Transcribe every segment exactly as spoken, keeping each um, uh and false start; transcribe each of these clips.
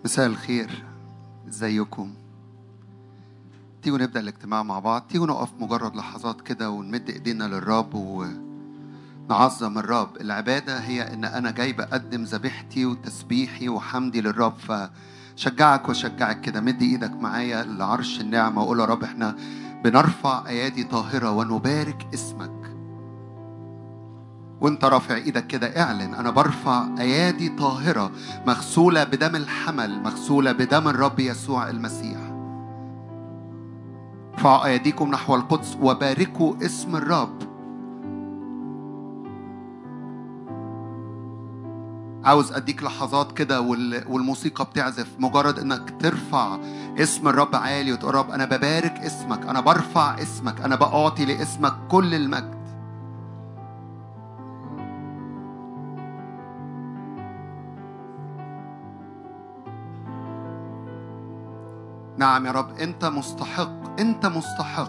مساء الخير، ازيكم؟ تيجوا نبدأ الاجتماع مع بعض. تيجوا نقف مجرد لحظات كده ونمد ايدينا للرب ونعظم الرب. العبادة هي ان انا جاي بقدم ذبيحتي وتسبيحي وحمدي للرب. فشجعك وشجعك كده، مد ايدك معايا لعرش النعمة وقول يا رب احنا بنرفع ايادي طاهرة ونبارك اسمك. وانت رافع ايدك كده اعلن انا برفع ايادي طاهرة مغسولة بدم الحمل، مغسولة بدم الرب يسوع المسيح. ارفعوا ايديكم نحو القدس وباركوا اسم الرب. عاوز اديك لحظات كده والموسيقى بتعزف، مجرد انك ترفع اسم الرب عالي وتقول رب انا ببارك اسمك، انا برفع اسمك، انا بعطي لاسمك كل المجد. نعم يا رب، أنت مستحق، أنت مستحق.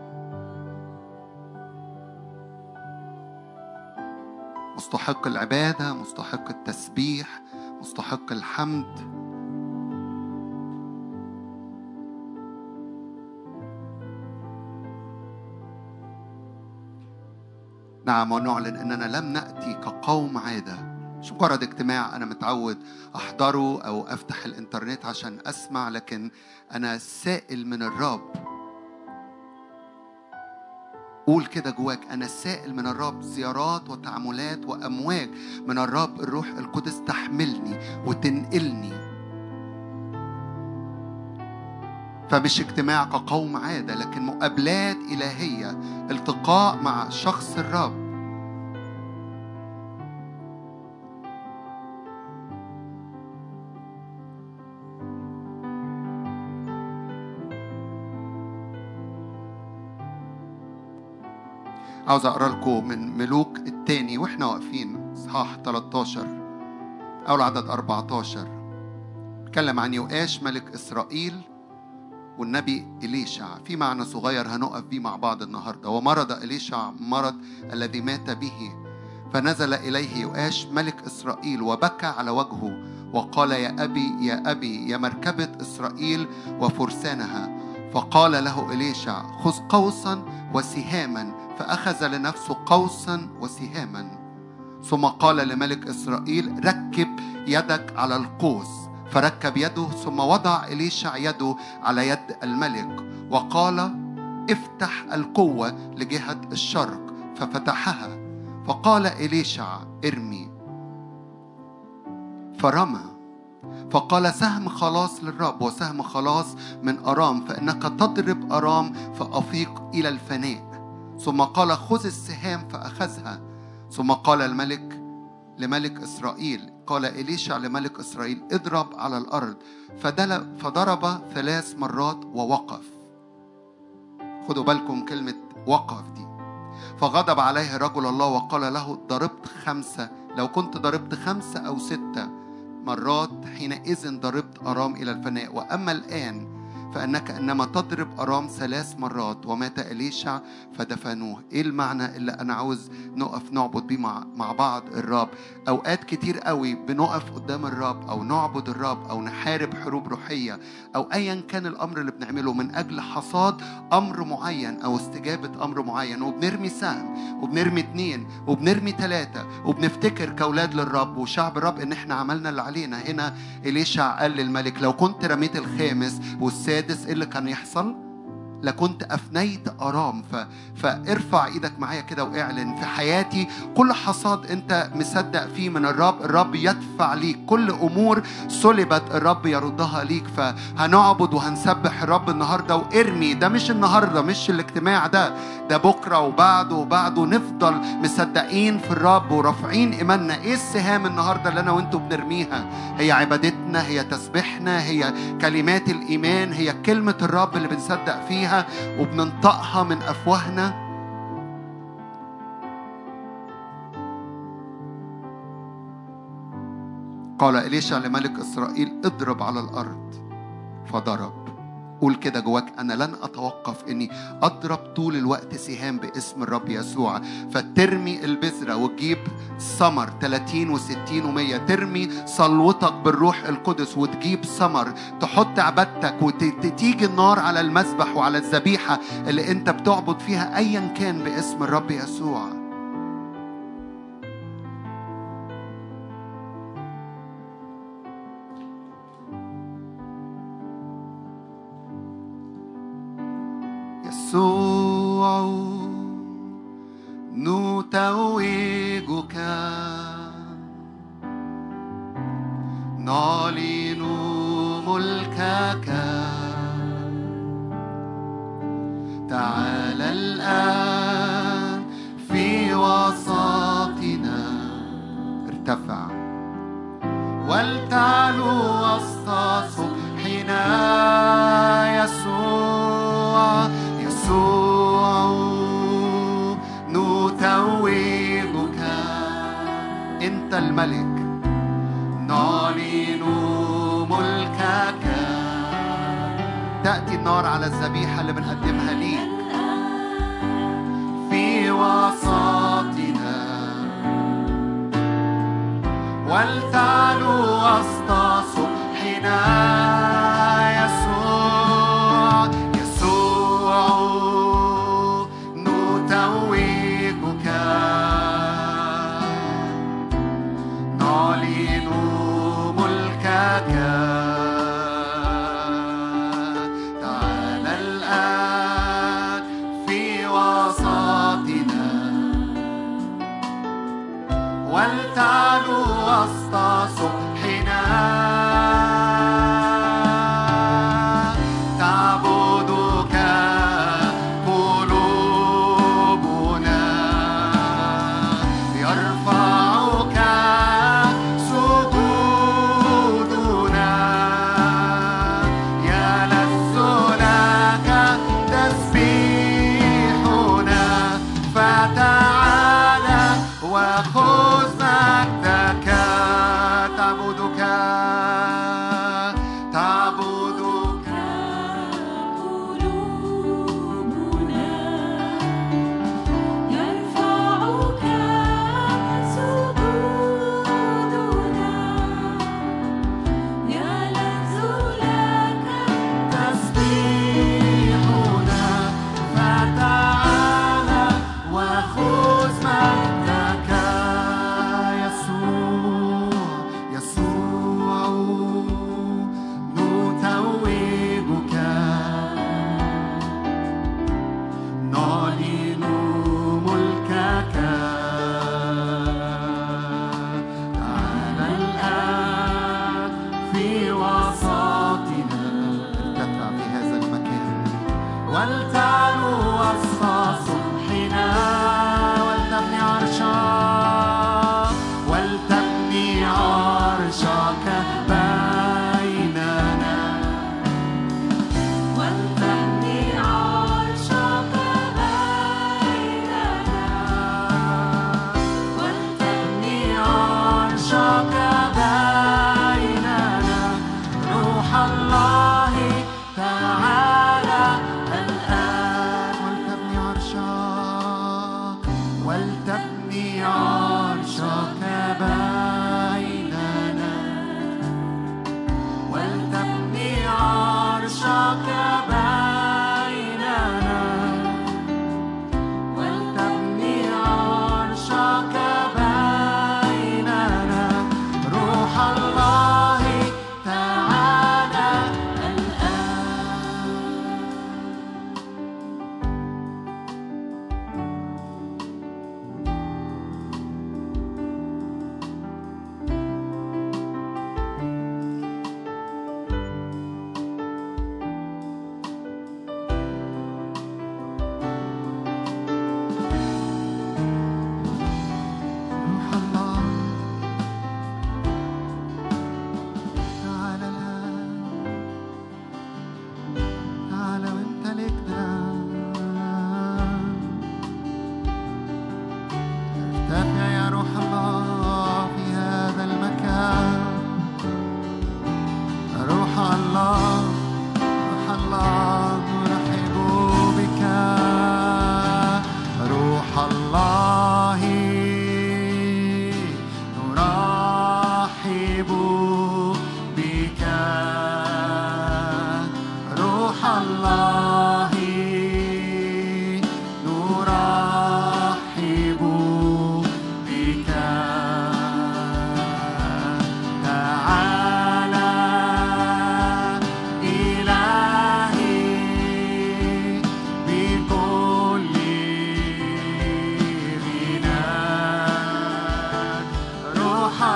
مستحق العبادة، مستحق التسبيح، مستحق الحمد. نعم، ونعلن أننا لم نأتي كقوم عادة، مش مجرد اجتماع أنا متعود أحضره أو أفتح الإنترنت عشان أسمع، لكن أنا سائل من الرب. قول كده جواك أنا سائل من الرب زيارات وتعاملات وأمواج من الرب الروح القدس تحملني وتنقلني. فمش اجتماع كقوم عادة، لكن مقابلات إلهية، التقاء مع شخص الرب. عاوز أقرأ لكم من ملوك الثاني وإحنا واقفين إصحاح ثلاثة عشر أو العدد أربعة عشر. اتكلم عن يؤاش ملك إسرائيل والنبي إليشع، في معنى صغير هنقف بيه مع بعض النهاردة. ومرض إليشع مرض الذي مات به، فنزل إليه يؤاش ملك إسرائيل وبكى على وجهه وقال يا أبي يا أبي يا مركبة إسرائيل وفرسانها. فقال له إليشع خذ قوسا وسهاما، فأخذ لنفسه قوسا وسهاما. ثم قال لملك إسرائيل ركب يدك على القوس، فركب يده. ثم وضع إليشع يده على يد الملك وقال افتح القوة لجهة الشرق، ففتحها. فقال إليشع ارمي، فرمى. فقال سهم خلاص للرب وسهم خلاص من أرام، فإنك تضرب أرام فأفيق إلى الفناء. ثم قال خذ السهام، فأخذها. ثم قال الملك لملك إسرائيل، قال إليشع لملك إسرائيل اضرب على الأرض، فضرب ثلاث مرات ووقف. خدوا بالكم كلمة وقف دي. فغضب عليه رجل الله وقال له ضربت خمسة، لو كنت ضربت خمسة أو ستة مرات حينئذ ضربت أرام إلى الفناء، وأما الآن فأنك إنما تضرب أرام ثلاث مرات. ومات إليشع فدفنوه. إيه المعنى اللي أنا عاوز نقف نعبد بيه مع, مع بعض الرب؟ أوقات كتير قوي بنقف قدام الرب أو نعبد الرب أو نحارب حروب روحية أو أيا كان الأمر اللي بنعمله من أجل حصاد أمر معين أو استجابة أمر معين، وبنرمي سهم وبنرمي اتنين وبنرمي تلاتة وبنفتكر كأولاد للرب وشعب الرب إن إحنا عملنا اللي علينا. هنا إليشع قال للملك لو كنت رميت الخامس والسادس إيه اللي كان يحصل؟ لكنت أفنيت أرام. ف... فارفع إيدك معايا كده واعلن في حياتي كل حصاد أنت مصدق فيه من الرب، الرب يدفع ليك. كل أمور سلبت الرب يردها ليك. فهنعبد وهنسبح الرب النهاردة. وارمي، ده مش النهاردة، مش الاجتماع ده، ده بكرة وبعده وبعده. نفضل مصدقين في الرب ورافعين إيماننا. إيه السهام النهاردة اللي أنا وإنتوا بنرميها؟ هي عبادتنا، هي تسبيحنا، هي كلمات الإيمان، هي كلمة الرب اللي بنصدق فيها وبننطقها من أفواهنا. قال إليشع لملك إسرائيل اضرب على الأرض، فضرب. قول كده جواك: أنا لن أتوقف إني أضرب طول الوقت سهام باسم الرب يسوع. فترمي البذرة وتجيب ثمر ثلاثين وستين ومية. ترمي صلوتك بالروح القدس وتجيب ثمر. تحط عبادتك وتيجي النار على المذبح وعلى الذبيحة اللي أنت بتعبد فيها أيا كان باسم الرب يسوع. يسوع نتوجك، نعلن ملكك. تعال الآن في وسطنا، ارتفع ولتعلو وسط صبحنا. يسوع يسوع نتوجك، أنت الملك. نعلن ملكك. تأتي النار على الذبيحة اللي بنقدمها ليك في وسطنا، ولتعلو وسط صبحنا. يسوع يسوع نتوجك، نعلن ملكك. تعال الآن في وسطنا، ولتعلو وسط صبحنا. تعبدك قلوبنا، يرفعك سجودنا. يلذ لك تسبيحنا، فتعالى وخذ مجدك. تعبدك تعبدك قلوبنا، يرفعك سجودنا. يلذ لك تسبيحنا، فتعالى وخذ مجدك. يسوع يسوع نتوجك، نعلن ملكك. تعال الآن في وسطنا، ارتفع في هذا المكان، ولتعلو وسط صبحنا. ولتبني عرشك، ولتبني عرشك بيننا. ولتبني عرشك بيننا. ولتبني عرشك بيننا. روح الله تعالى الآن. ولتبني عرشك، ولتبني عرشك بيننا.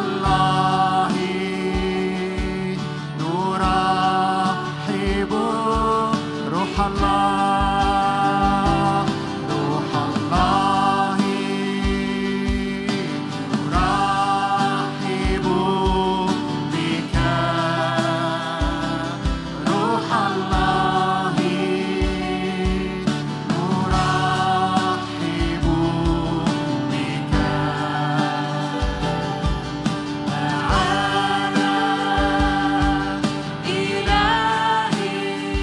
الله نرحب روح الله روح الله نرحب بك روح الله نرحب بك تعالى إلهي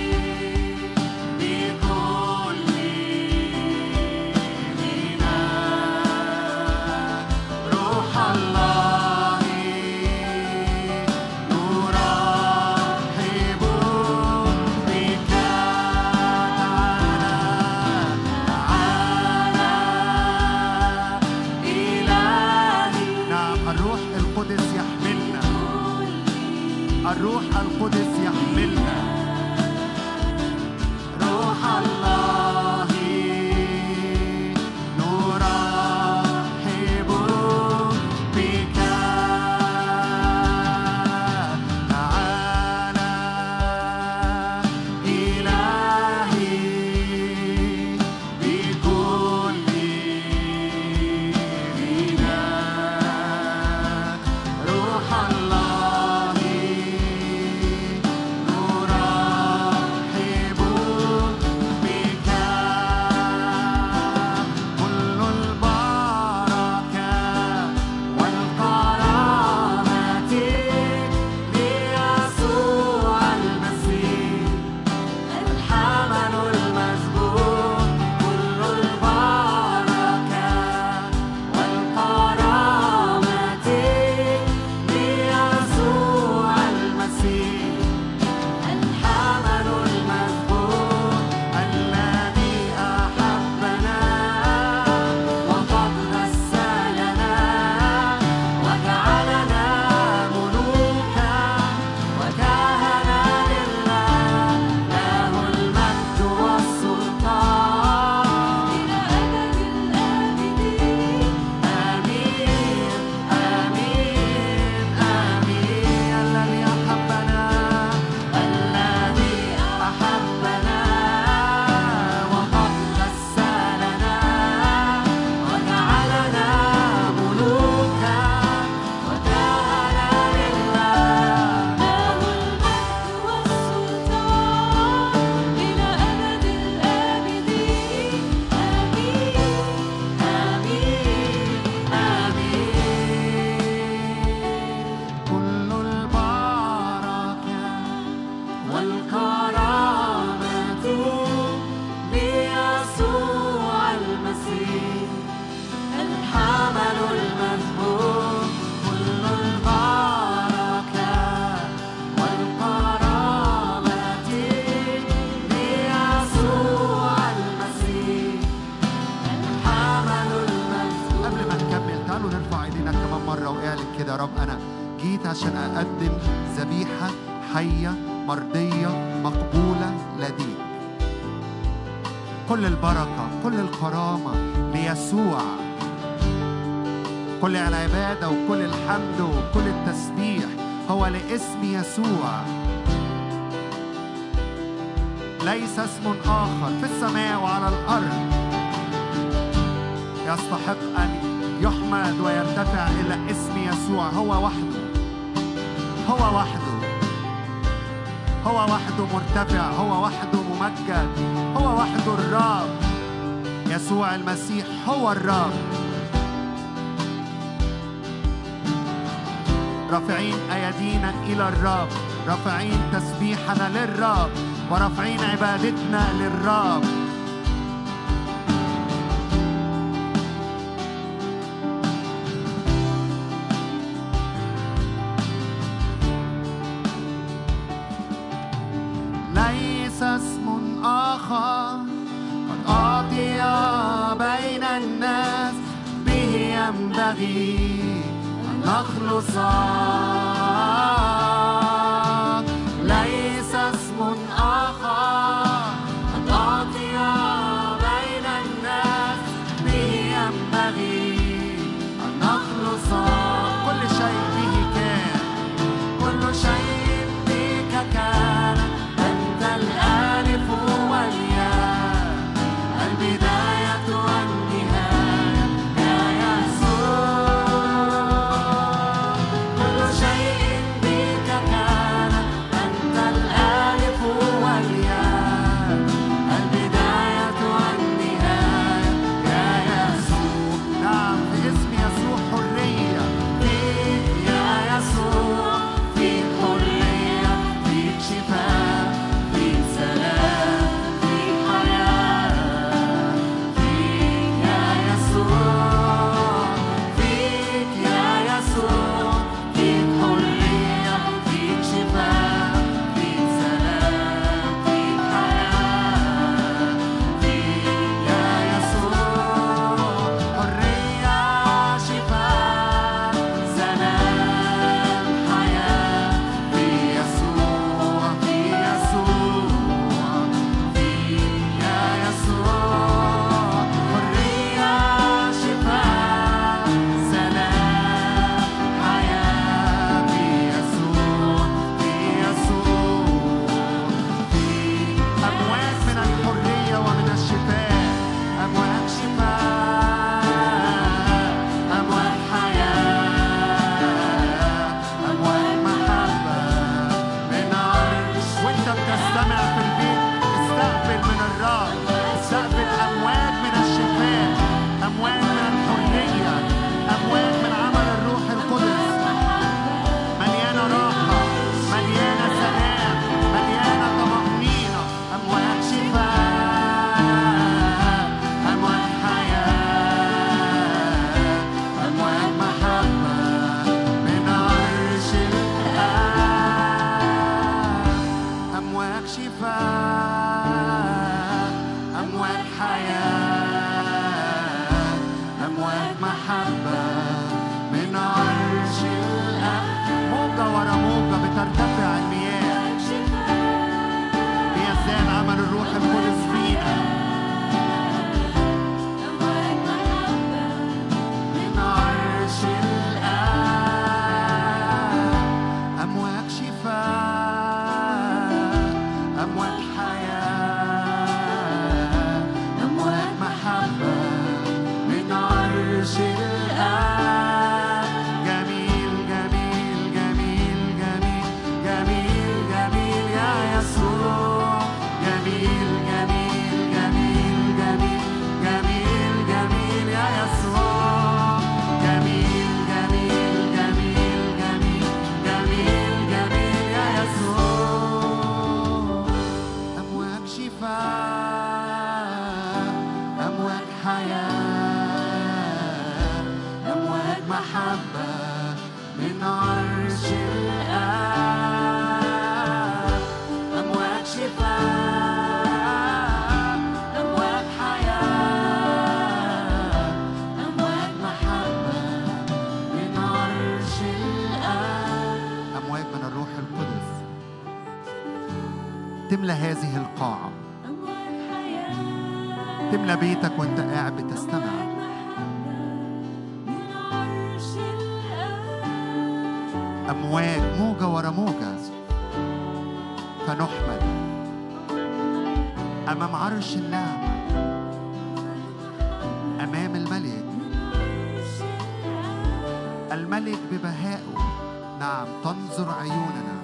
بكل غنى روح الله نرحب بك تعالى إلهي نعم الروح القدس يحملنا الروح القدس يحملنا روح الله نرحب بك تعالى إلهي بكل غنى روح الله نرحب بك كل البركة والكرامة ليسوع المسيح الحمل المسبوق كل البركة والكرامة ليسوع المسيح الحمل المسبوق الذي أحبنا وقد غسلنا وجعلنا ملوكا وكهنة لله له المجد والسلطان إلى أبد الآبدين آمين آمين آمين الذي أحبنا الذي أحبنا وقد غسلنا وجعلنا ملوكا وكهنة لله له المجد والسلطان إلى أبد الآبدين آمين آمين آمين كل البركة والكرامة ليسوع المسيح الحمل المسبوق كل البركة والكرامة ليسوع المسيح الحمل المسبوق قبل ما نكمل تعالوا نرفع ايدينا كمان مرة واعلن كده يا رب أنا جيت عشان أقدم ذبيحة حية مرضية مقبولة لديك كل البركة كل الكرامة ليسوع كل العبادة وكل الحمد وكل التسبيح هو لاسم يسوع ليس اسم آخر في السماء وعلى الأرض يستحق أن يحمد ويرتفع إلى اسم يسوع هو وحده هو وحده هو وحده مرتفع هو وحده ممجد هو وحده الرب يسوع المسيح هو الرب رافعين أيدينا إلى الرب رافعين تسبيحنا للرب ورافعين عبادتنا للرب ليس اسم آخر قد أعطي بين الناس به ينبغي أن نخلص ليس اسم آخر قد أعطي بين الناس به ينبغي أن نخلص كل شيء تملى هذه القاعة، تملى بيتك وانت قاعد بتستمع. أمواج موجة ورا موجة، فنحمل أمام عرش النعمة، أمام الملك. الملك ببهائه، نعم، تنظر عيوننا.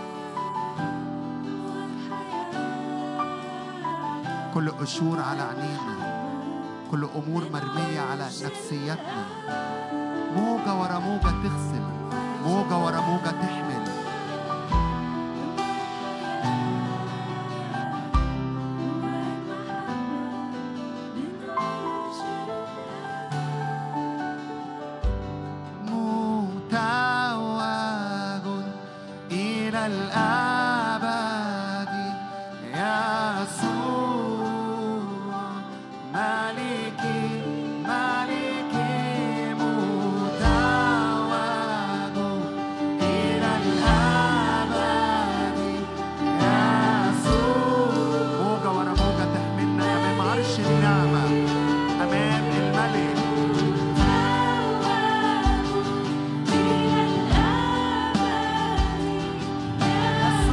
كل قشور على عينينا، كل أمور مرمية على نفسيتنا، موجة ورا موجة تغسل، موجة ورا موجة تحمل. متوج إلى الأبد يسوع ملكي ملكي، متوج إلى الأبد يسوع. موجة ورا موجة تحملنا أمام عرش النعمة، أمام الملك. يسوع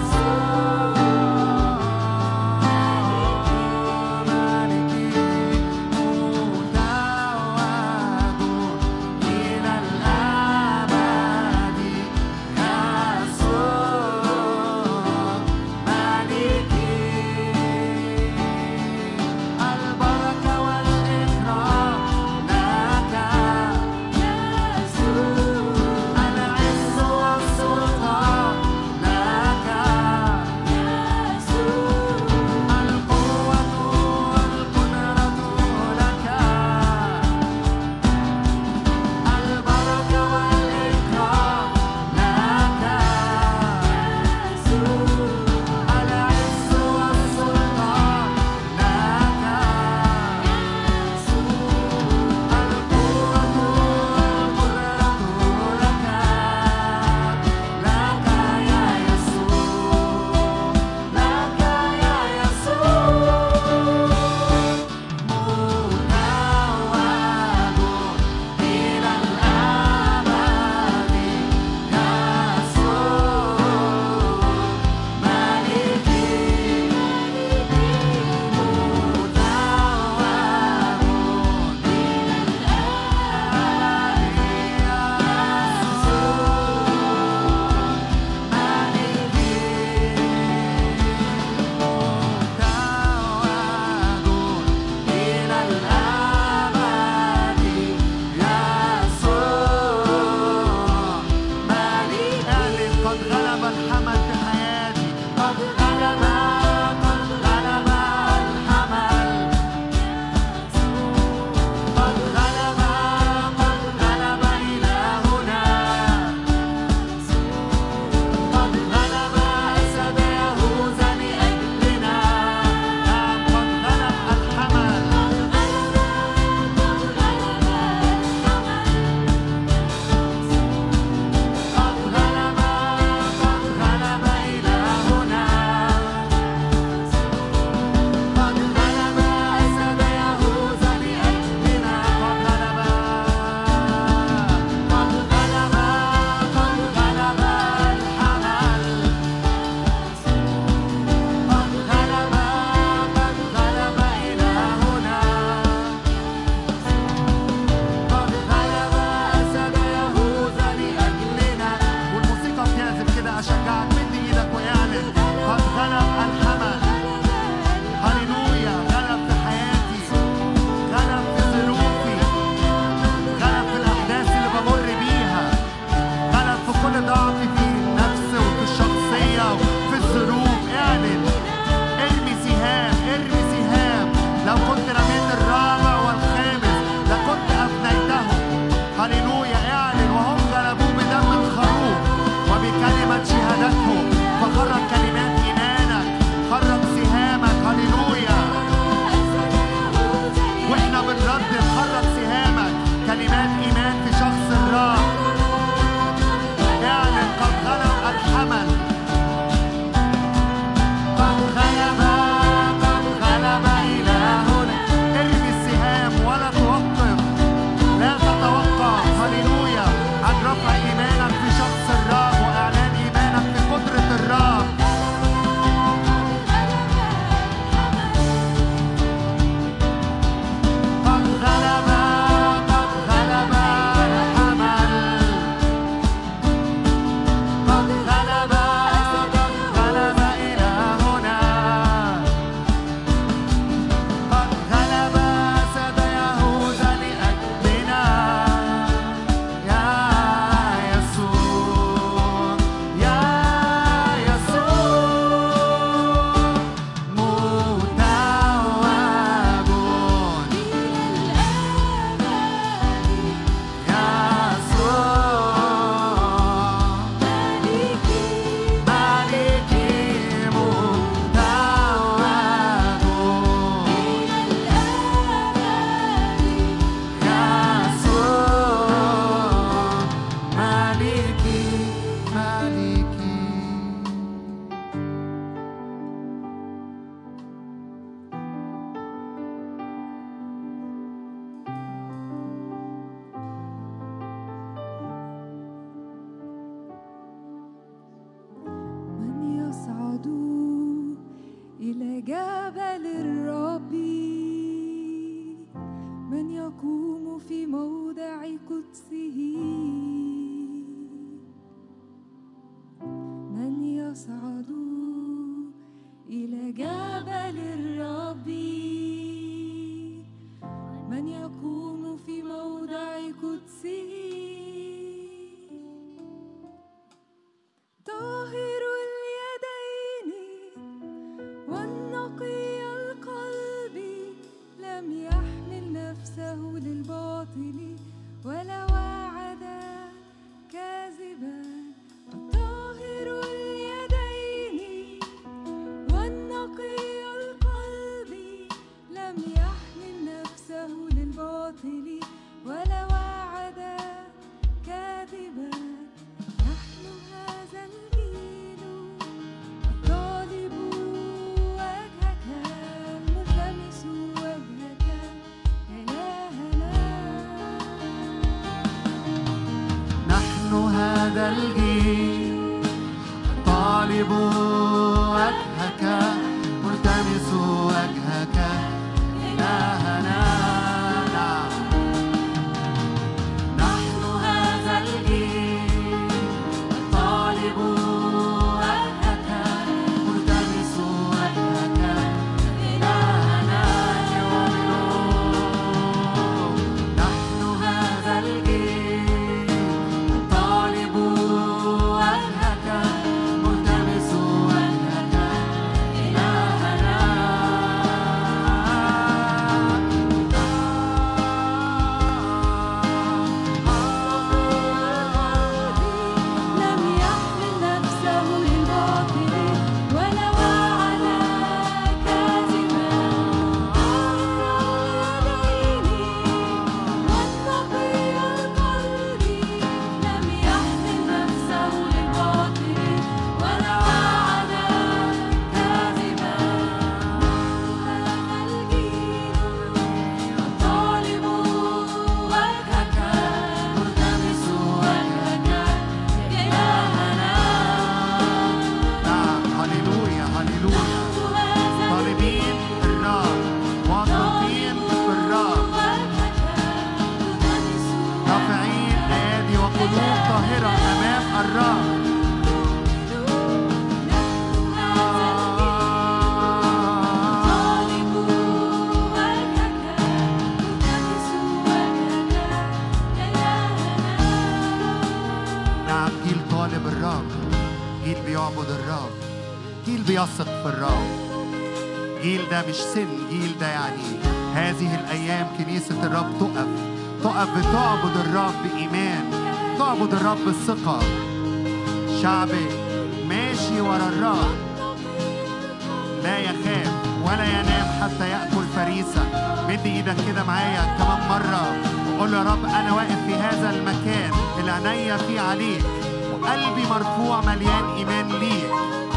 مالكي. من يصعد إلى جبل الرب، من يقوم في موضع قدسه، من يصعد إلى جبل الرب، من يقوم في موضع قدسه. طاهر اليدين والنقي القلب، لم يحمل نفسه للباطل ولا وعد كاذبا. طاهر اليدين والنقي القلب، لم يحمل نفسه للباطل ولا وعد كاذبا. نحن هذا الجيل الطالب وجهك، الملتمس وجهك إلهنا. نحن هذا الجيل طالب وجهك، ملتمس وجهك إلهنا. نحن هذا الجيل طالب وجهك، ملتمس وجهك إلهنا. نحن هذا الجيل طالب وجهك، ملتمس وجهك إلهنا. لم يحمل نفسه للباطل ولا وعد كاذبا. طاهر اليدين والنقي القلب، لم يحمل نفسه للباطل ولا وعد كاذبا. هذا الجيل الطالب وجهك، ملتمس وجهك إلهنا. نعم، هللويا هللويا. طالبين الرب، واثقين في الرب، رافعين ايادي وقلوب طاهرة أمام الرب. نعم، جيل طالب الرب، جيل بيعبد الرب، جيل بيثق في الرب. جيل ده مش سن، جيل ده يعني هذه الأيام كنيسة الرب تقف تقف بتعبد الرب بإيمان، تعبد الرب بثقة. شعب ماشي ورا الرب، لا يخاف ولا ينام حتى يأكل فريسة. مد ايدك كده معايا كمان مرة وقول يا رب أنا واقف في هذا المكان اللي عينيا فيه عليك، وقلبي مرفوع مليان إيمان ليك.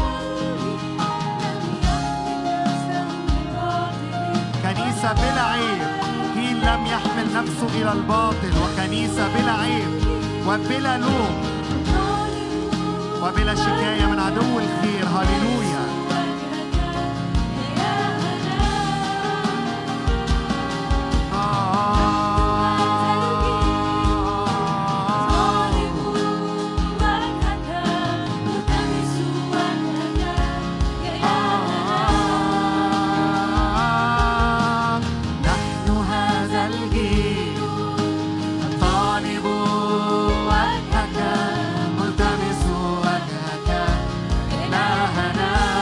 كنيسة بلا عيب، جيل لم يحمل نفسه إلى الباطل، وكنيسة بلا عيب وبلا لوم وبلا شكاية من عدو الخير. هللويا. ملتمس وجهك إلهنا.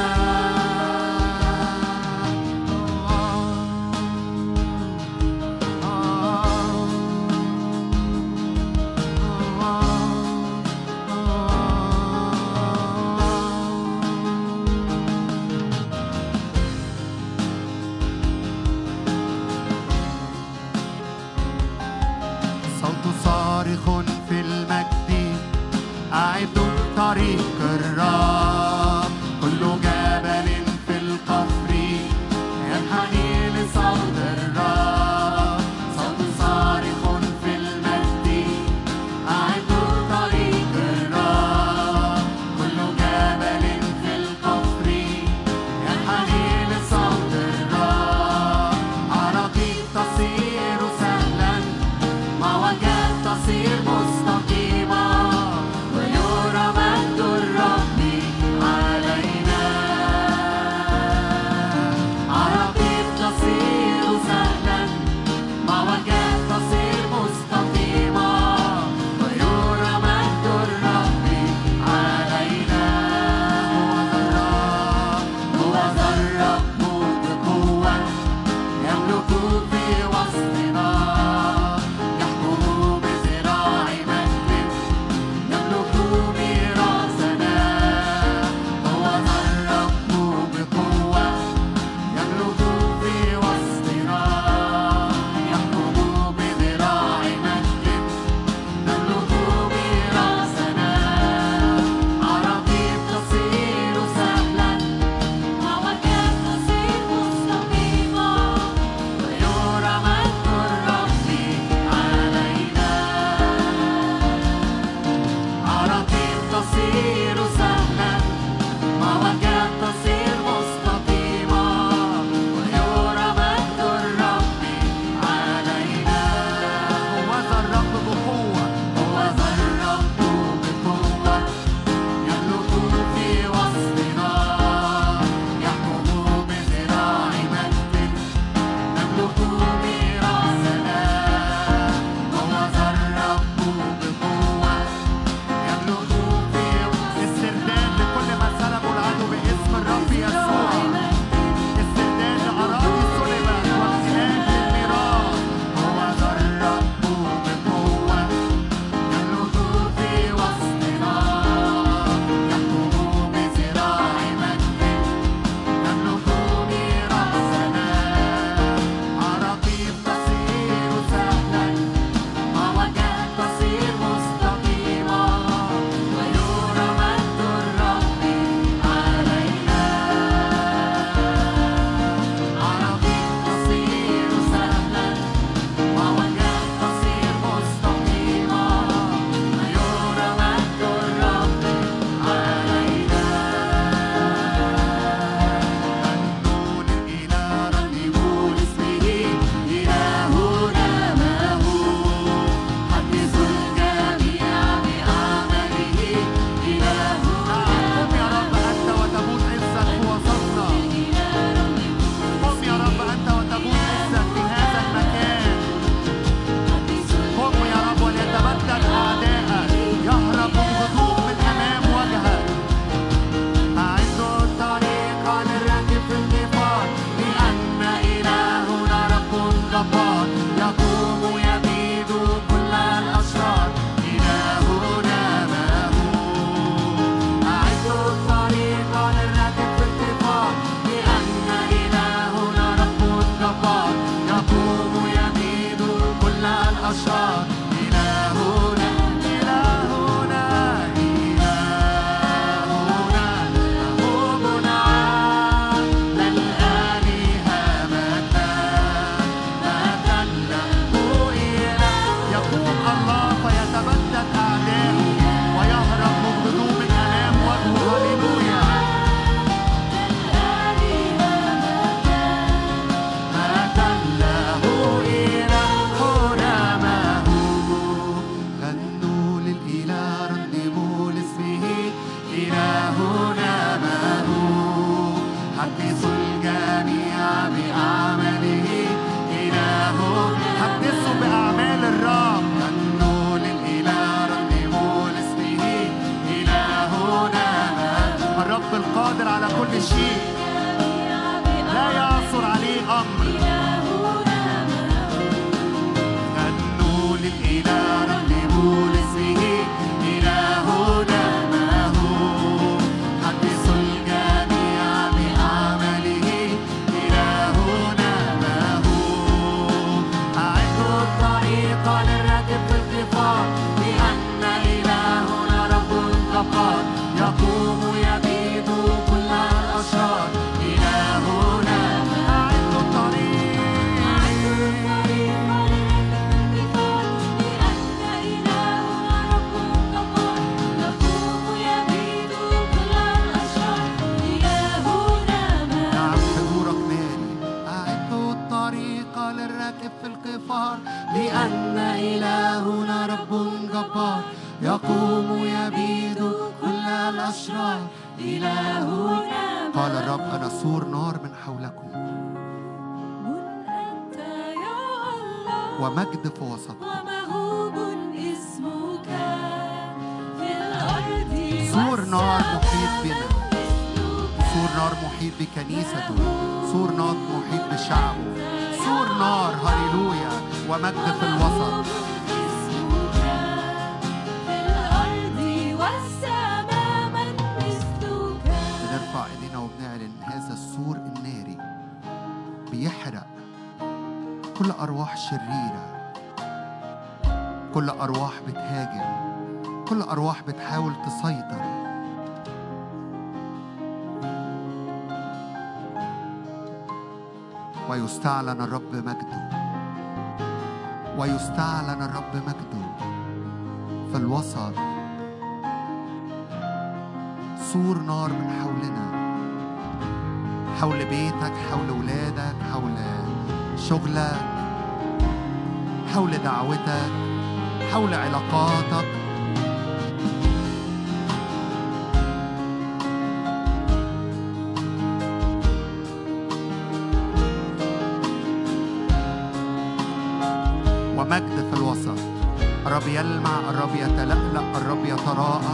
طريق الرب كل جبل في القفر ينحني لصوت الرب صوت صارخ في المجد أعدوا طريق الرب كل جبل في القفر ينحني لصوت الرب عراقيب تصير سهلا مواجهات تصير مستقيمة ويرى مجد الرب علينا عراقيب تصير سهلا مواجهات تصير مستقيمة ويرى مجد الرب علينا هو ذا الرب بقوة يملك في وسطنا يحكم بذراع مجد يملك ميراثنا هو ذا الرب بقوة يملك في وسطنا يحكم بذراع مجد يملك ميراثنا عراقيب تصير سهلا مواجهات تصير مستقيمة ويرى مجد الرب علينا عراقيب تصير سهلا مواجهات تصير مستقيمة ويرى مجد الرب علينا هو ذا الرب بقوة هو ذا الرب بقوة يملك في وسطنا يحكم بذراع مجد يملك ميراثنا هو ذا الرب بقوة يملك في استرداد لكل ما سلبوا العدو باسم الرب يسوع استرداد لأراضي سلبت وامتلاك للميراث هو ذا الرب بقوة يملك في وسطنا يحكم بذراع مجد يملك ميراثنا عراقيب تصير سهلا مواجهات تصير مستقيمة ويرى مجد الرب علينا عراقيب تصير سهلا مواجهات تصير مستقيمة ويرى مجد الرب علينا رنوا للإله رنموا لاسمه إلهنا ما هو حدثوا الجميع بأعماله إلهنا قم يا رب أنت وتبوت عزك في وسطنا قم يا رب أنت وتبوت عزك في هذا المكان قم يا رب وليتبدد أعدائك يهرب الهدوء من أمام وجهك أعدوا الطريق للراكب في النفاق لأن إلهنا رب جبار يقوم يبيد كل الأشرار إلهنا ما هو أعدوا الطريق للراكب في النفاق لأن إلهنا رب جبار يقوم يبيد كل الأشرار إلهنا إلهنا إلهنا يهوبنا للآلهة مجدا مجدا له إله يقوم الله فيتبدد أعداؤه ويهرب مبغضوه من أمام وجهه هللويا مجدا له إلهنا ما هو غنوا للإله رنموا لاسمه إلهنا ما هو حدثوا الجميع بأعماله إلهنا حدثوا بأعمال الرب غنوا للإله رنموا لاسمه إلهنا ما هو الرب القادر على كل شيء لا يعثر عليه أمر غنوا للإله رنموا لاسمه إلهنا ما هو حدثوا الجميع بأعماله إلهنا ما هو أعدوا الطريق للراكب في القفار لأن إلهنا رب جبار الجبار يقوم يبيد كل الأشرار إلهنا قال الرب أنا سور نار من حولكم أنت يا الله ومجد في وسطكم ومهوب اسمك في الأرض سور نار محيط بنا مثلك سور نار محيط بكنيسته سور نار محيط بشعبه سور نار هللويا ومجد في الوسط اسمك في الأرض والسماء من مثلك بنرفع ايدينا وبنعلن هذا السور الناري بيحرق كل أرواح شريرة كل أرواح بتهاجم كل أرواح بتحاول تسيطر ويستعلن الرب مجده ويستعلن الرب مجده في الوسط سور نار من حولنا حول بيتك حول ولادك حول شغلك حول دعوتك حول علاقاتك ومجد في الوسط الرب يلمع الرب يتلألأ الرب يتراءى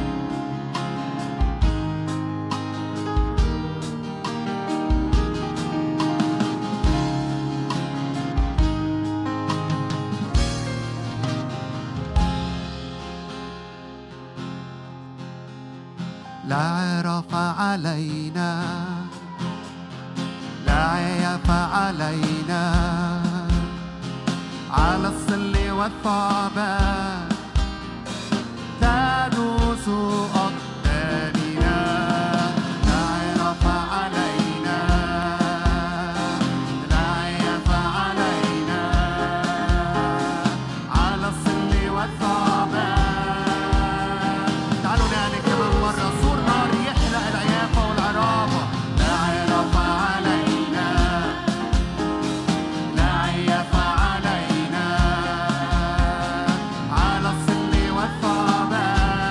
لا عرف علينا لا عيف علينا على الظل والثعبان تدوس أقدامنا لا عرف علينا لا عيف علينا على الظل والثعبان تعالوا نعلن كمان مرة سور نار يحرق العيافة والعرابة لا عرف علينا لا عيف علينا على الظل والثعبان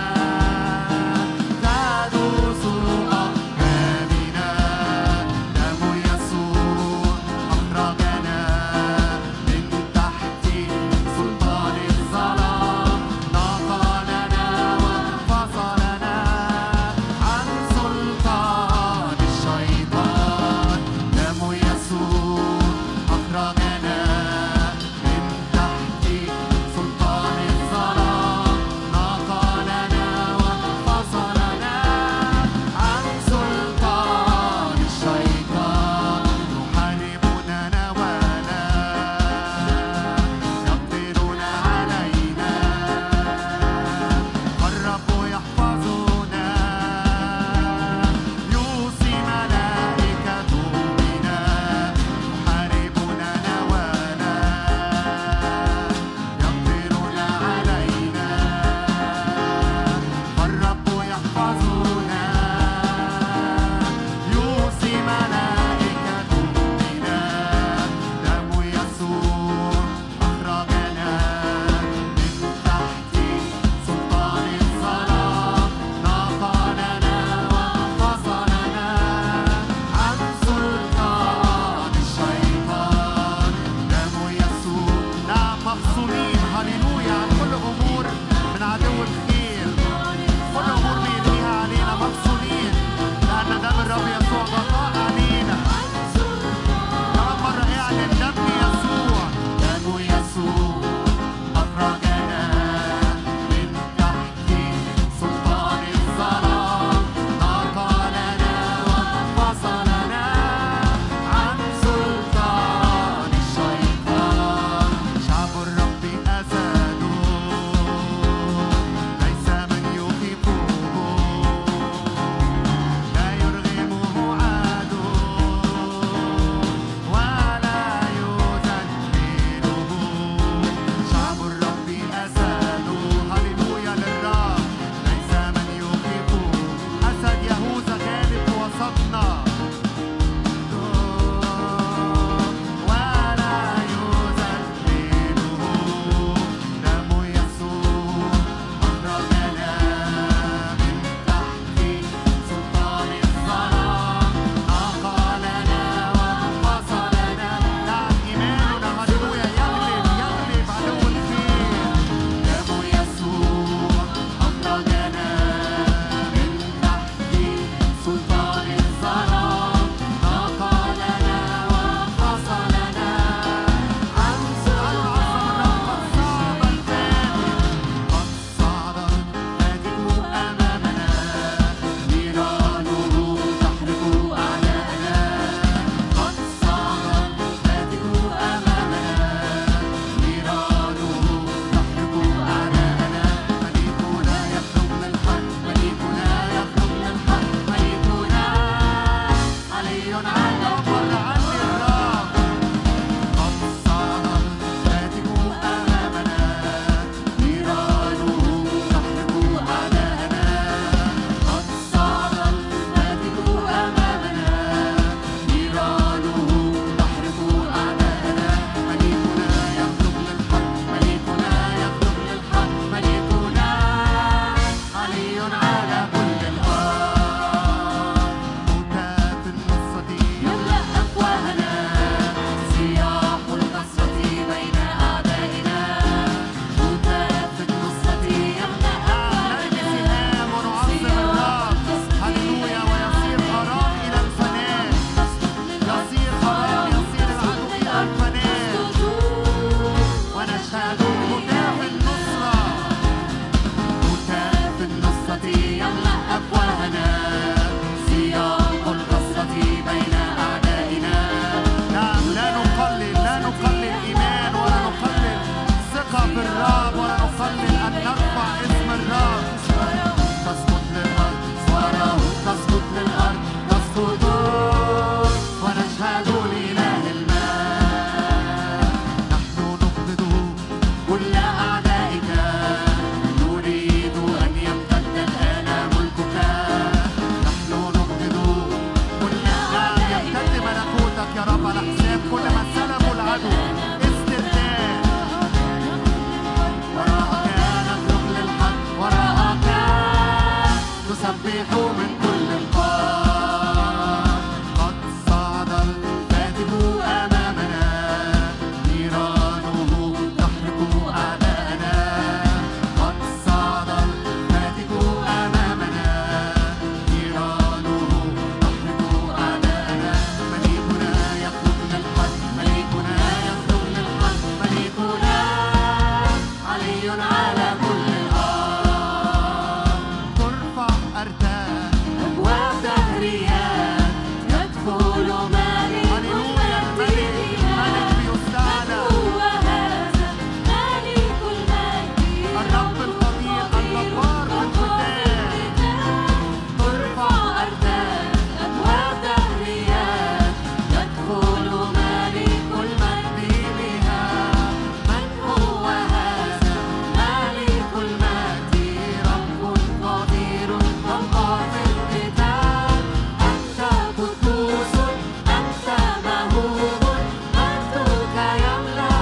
نسبح من كل القاع. قد صعد الفاتح أمامنا، نيرانه تحرق أعداءنا. قد صعد الفاتح أمامنا، نيرانه تحرق أعداءنا. مليكنا يخرج للحق، مليكنا يخرج للحق، مليكنا علي على كل الأرض. ترفع أرتال أبواب دهريات، يدخل ملك الملك، ملك بيستعلى. هو هذا ملك المجد، الرب القدير الجبار في القتال. ترفع أرتال أبواب دهريات، يدخل ملك المجد بها. من هو هذا ملك المجد؟ رب قدير جبار في القتال. أنت قدوس، أنت مهوب، مجدك يملأ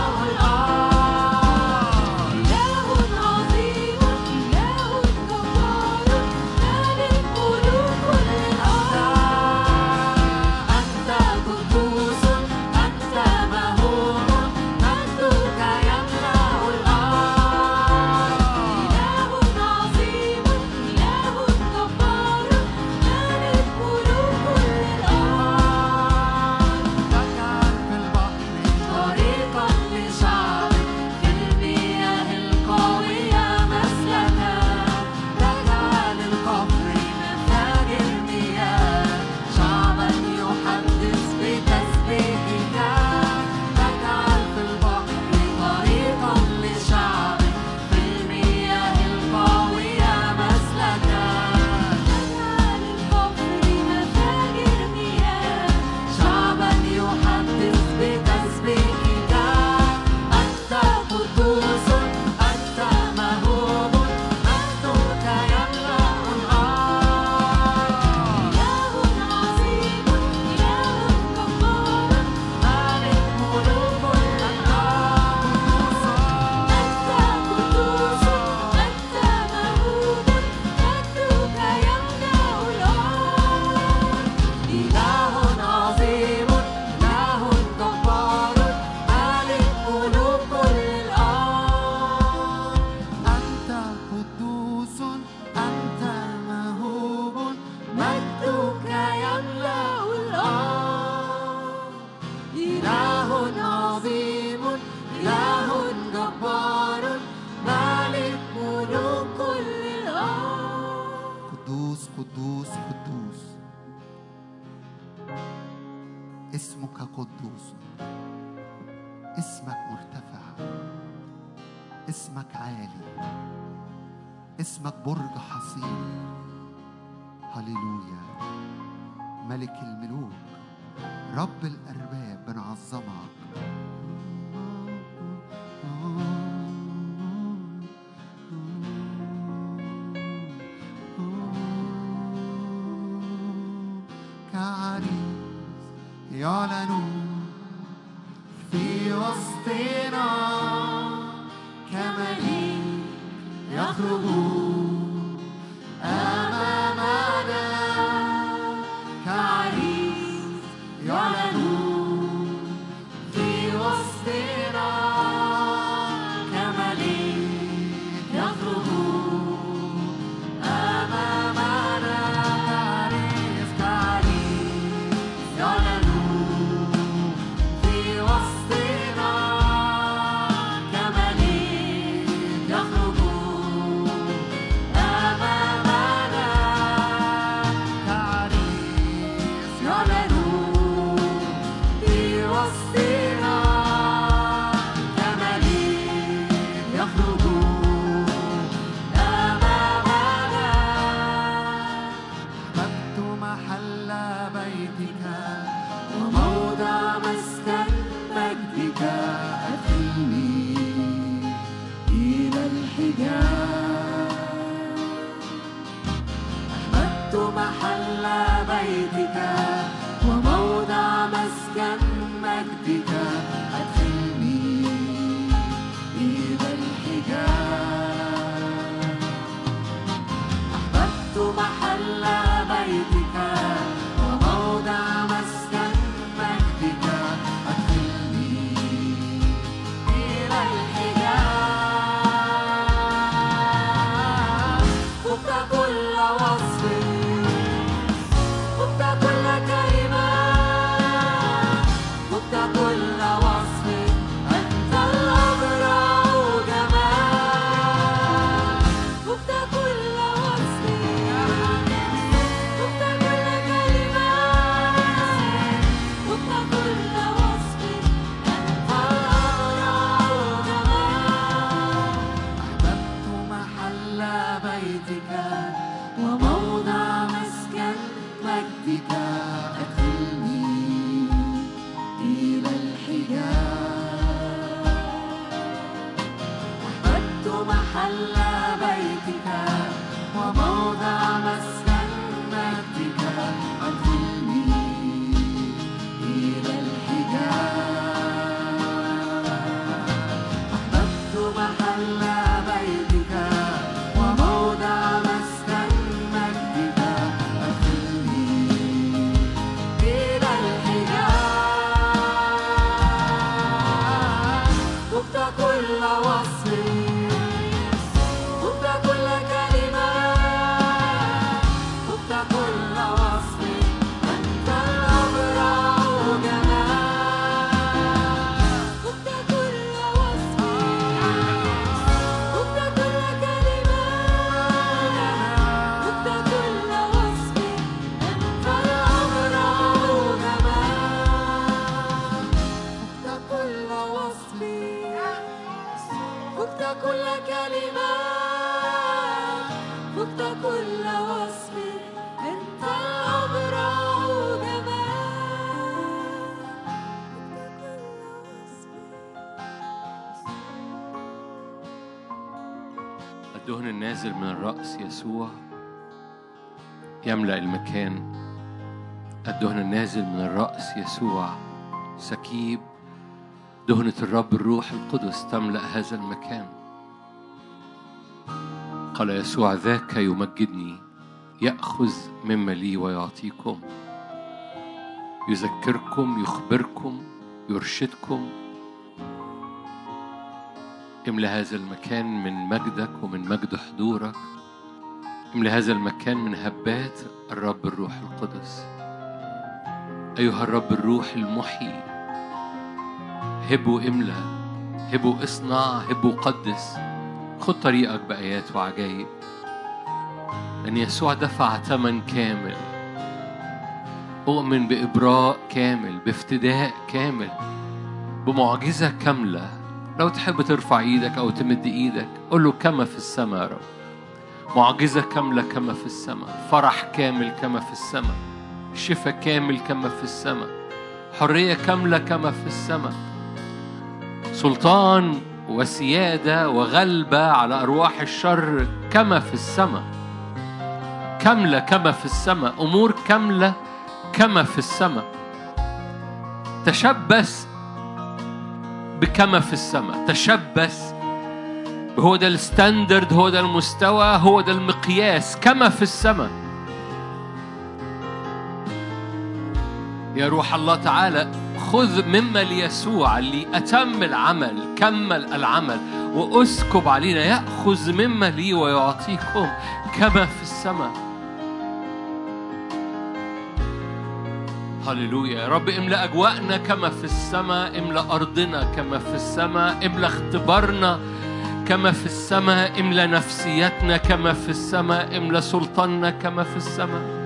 الأرض. إله عظيم، إله جبار، ملك ملوك الأرض. أنت قدوس، أنت مهوب، مجدك يملأ الأرض. إله عظيم، إله جبار، ملك ملوك الأرض. تجعل في البحر طريقا لشعبك، في المياه القوية مسلكا. تجعل القفر مفاج المياه، شعبا يحدث بتسبيحك. تجعل في البحر طريقا لشعبك، في المياه القوية مسلكا. تجعل القفر مفاج المياه، شعبا يحدث بتسبيحك. أنت قدوس، أنت مهوب، مجدك يملأ الأرض. إله عظيم، إله جبار، ملك ملوك الأرض. أنت قدوس، أنت مهوب، مجدك يملأ الأرض. إله عظيم، إله جبار، ملك ملوك الأرض. أنت قدوس، أنت مهوب، مجدك يملأ الأرض. إله عظيم، إله جبار، ملك ملوك الأرض. قدوس قدوس قدوس، اسمك قدوس، اسمك مرتفع، اسمك عالي، اسمك برج حصين. هللويا. ملك الملوك، رب الأرباب، بنعظمك. كعريس يعلن في وسطنا، كمليك يخرج أمامنا. كعريس يعلن في وسطنا، كمليك يخرج أمامنا. كعريس كعريس يعلن في وسطنا، كمليك يخرج أمامنا. كعريس يعلن في وسطنا، كمليك يخرج أمامنا. أحببت محل بيتك وموضع مسكن مجدك. أدخلني إلى الحجاب. أحببت محل بيتك وموضع مسكن مجدك. أدخلني إلى الحجاب. أحببت محل محل بيتك وموضع مسكن مجدك أدخلني إلى الحجاب فقت كل وصف فقت كل كلمة فقت كل وصف أنت الأبرع جمال فقت كل وصف فقت كل كلمة فقت كل وصف أنت الأبرع جمال أحببت محل بيتك وموضع مسكن مجدك أدخلني إلى الحجاب أحببت محل بيتك وموضع مسكن مجدك أدخلني إلى الحجاب أحببت محل بيتك وموضع مسكن مجدك أدخلني إلى الحجاب فقت كل وصف فقت كل كلمة فقت كل وصف أنت الأبرع جمال فقت كل وصف فقت كل كلمة فقت كل وصف أنت الأبرع جمال فقت كل وصف فقت كل كلمة فقت كل وصف أنت الأبرع جمال الدهن النازل من الرأس يسوع يملأ المكان. الدهن النازل من الرأس يسوع سكيب دهنة الرب الروح القدس تملأ هذا المكان. قال يسوع ذاك يمجدني يأخذ مما لي ويعطيكم، يذكركم، يخبركم، يرشدكم. املأ هذا المكان من مجدك ومن مجد حضورك. املأ هذا المكان من هبات الرب الروح القدس. أيها الرب الروح المحيي، هبوا املأ، هبوا اصنع، هبوا قدس. خد طريقك بآيات وعجائب، لأن يسوع دفع ثمن كامل. أؤمن بإبراء كامل، بافتداء كامل، بمعجزة كاملة. لو تحب ترفع ايدك أو تمد ايدك قل له كما في السماء يا رب. معجزة كاملة كما في السماء، فرح كامل كما في السماء، شفاء كامل كما في السماء، حرية كاملة كما في السماء، سلطان وسيادة وغلبة على أرواح الشر كما في السماء، كاملة كما في السماء، أمور كاملة كما في السماء. تشبث بكما في السماء، تشبث. هو ده الستاندرد، هو ده المستوى، هو ده المقياس كما في السماء. يا روح الله تعالى خذ مما ليسوع اللي أتم العمل، كمل العمل، وأسكب علينا يأخذ مما لي ويعطيكم كما في السماء. هللويا يا رب. املأ أجواءنا كما في السماء، املأ أرضنا كما في السماء، املأ اختبارنا كما في السماء، املأ نفسيتنا كما في السماء، املأ سلطاننا كما في السماء.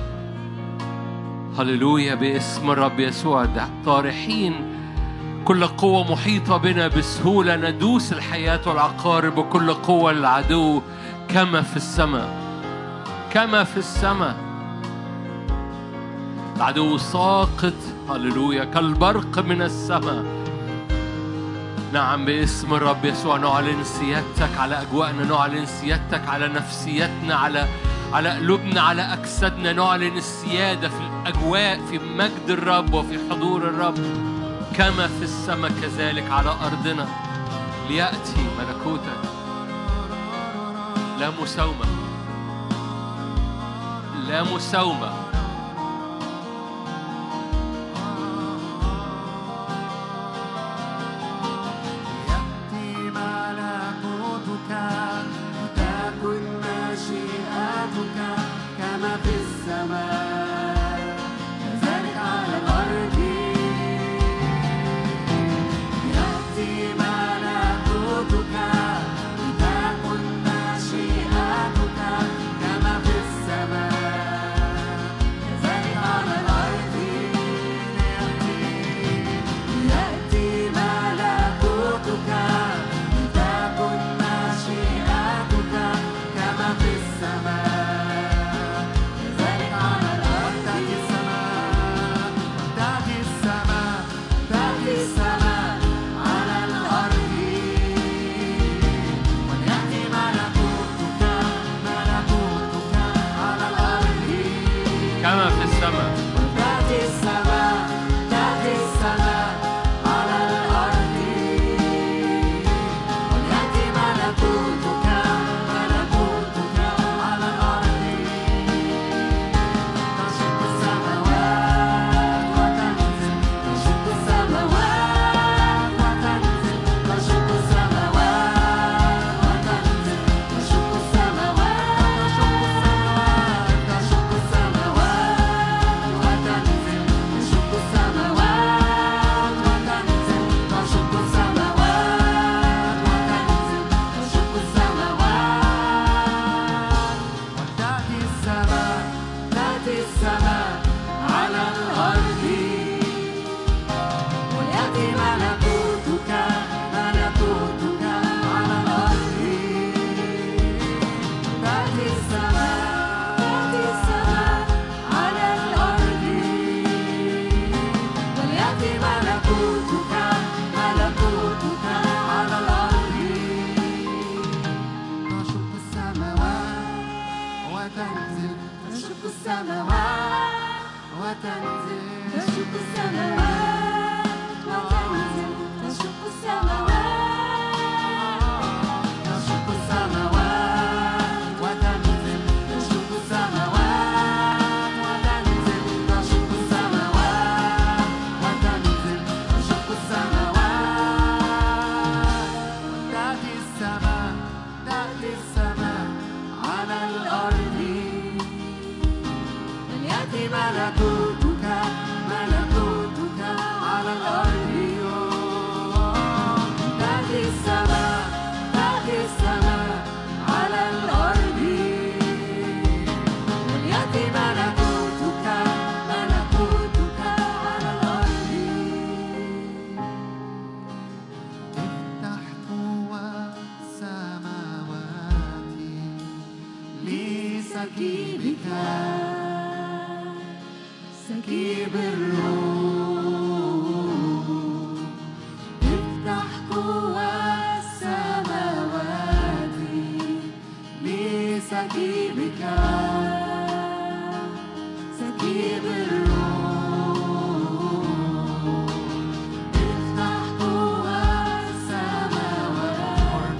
هللويا باسم الرب يسوع. طارحين كل قوة محيطة بنا بسهولة، ندوس الحياة والعقارب وكل قوة العدو كما في السماء، كما في السماء. العدو ساقط هللويا كالبرق من السماء. نعم باسم الرب يسوع نعلن سيادتك على أجواءنا، نعلن سيادتك على نفسيتنا، على على قلوبنا، على أجسادنا. نعلن السيادة في الأجواء، في مجد الرب وفي حضور الرب كما في السماء كذلك على أرضنا. ليأتي ملكوتك، لا مساومة. لا مساومة. يأتي ملكوتك تكن مشيئتك كما في السماء كذلك على الأرض. يأتي ملكوتك تكن مشيئتك كما في السماء كذلك على الأرض. يأتي ملكوتك تكن مشيئتك كما في السماء كذلك على الأرض. تأتي السماء تأتي السماء تأتي السماء على الأرض. وليأتي ملكوتك ملكوتك على الأرض كما في السماء. تأتي السماء تأتي السماء على الأرض. وليأتي ملكوتك ملكوتك على الأرض. تشق السماوات وتنزل تشق السماوات وتنزل تشق السماوات وتنزل تشق السماوات تشق السماوات وتنزل تشق السماوات وتنزل تشق السماوات وتنزل تشق السماوات. وتأتي السماء تأتي السماء على الأرض. وليأتي ملكوتك ملكوتك على الأرض. تأتي السماء تأتي السماء على الأرض. وليأتي ملكوتك ملكوتك على الأرض. تشق السماوات وتنزل تشق السماوات وتنزل تشق السماوات وتنزل تشق السماوات تشق السماوات وتنزل تشق السماوات وتنزل تشق السماوات وتنزل تشق السماوات. تأتي السماء تأتي السماء على الأرض. وليأتي ملكوتك ملكوتك على الأرض. تأتي السماء تأتي السماء على الأرض. وليأتي ملكوتك ملكوتك على الأرض. افتح قوى السماوات لسكيبك سكيب الروح. افتح قوى السماوات لسكيبك سكيب الروح. افتح قوى السماوات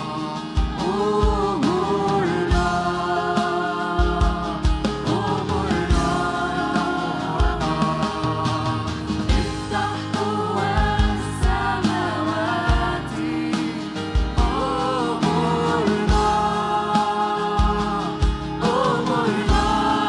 أمورنا أمورنا افتح قوى السماوات أمورنا أمورنا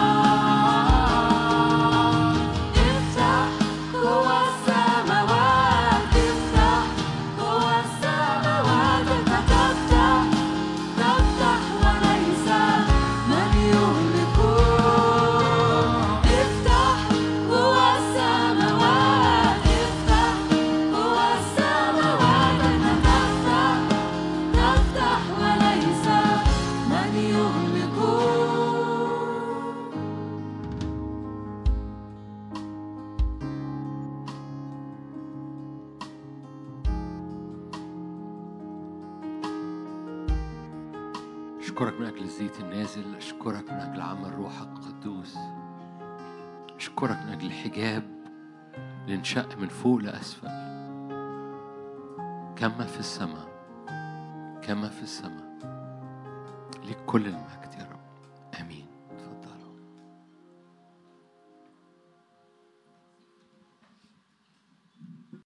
أشكرك من أجل الزيت النازل، أشكرك من أجل عمل روحك القدوس، أشكرك من أجل الحجاب اللي انشق من فوق لأسفل كما في السماء كما في السماء. ليك كل المجد.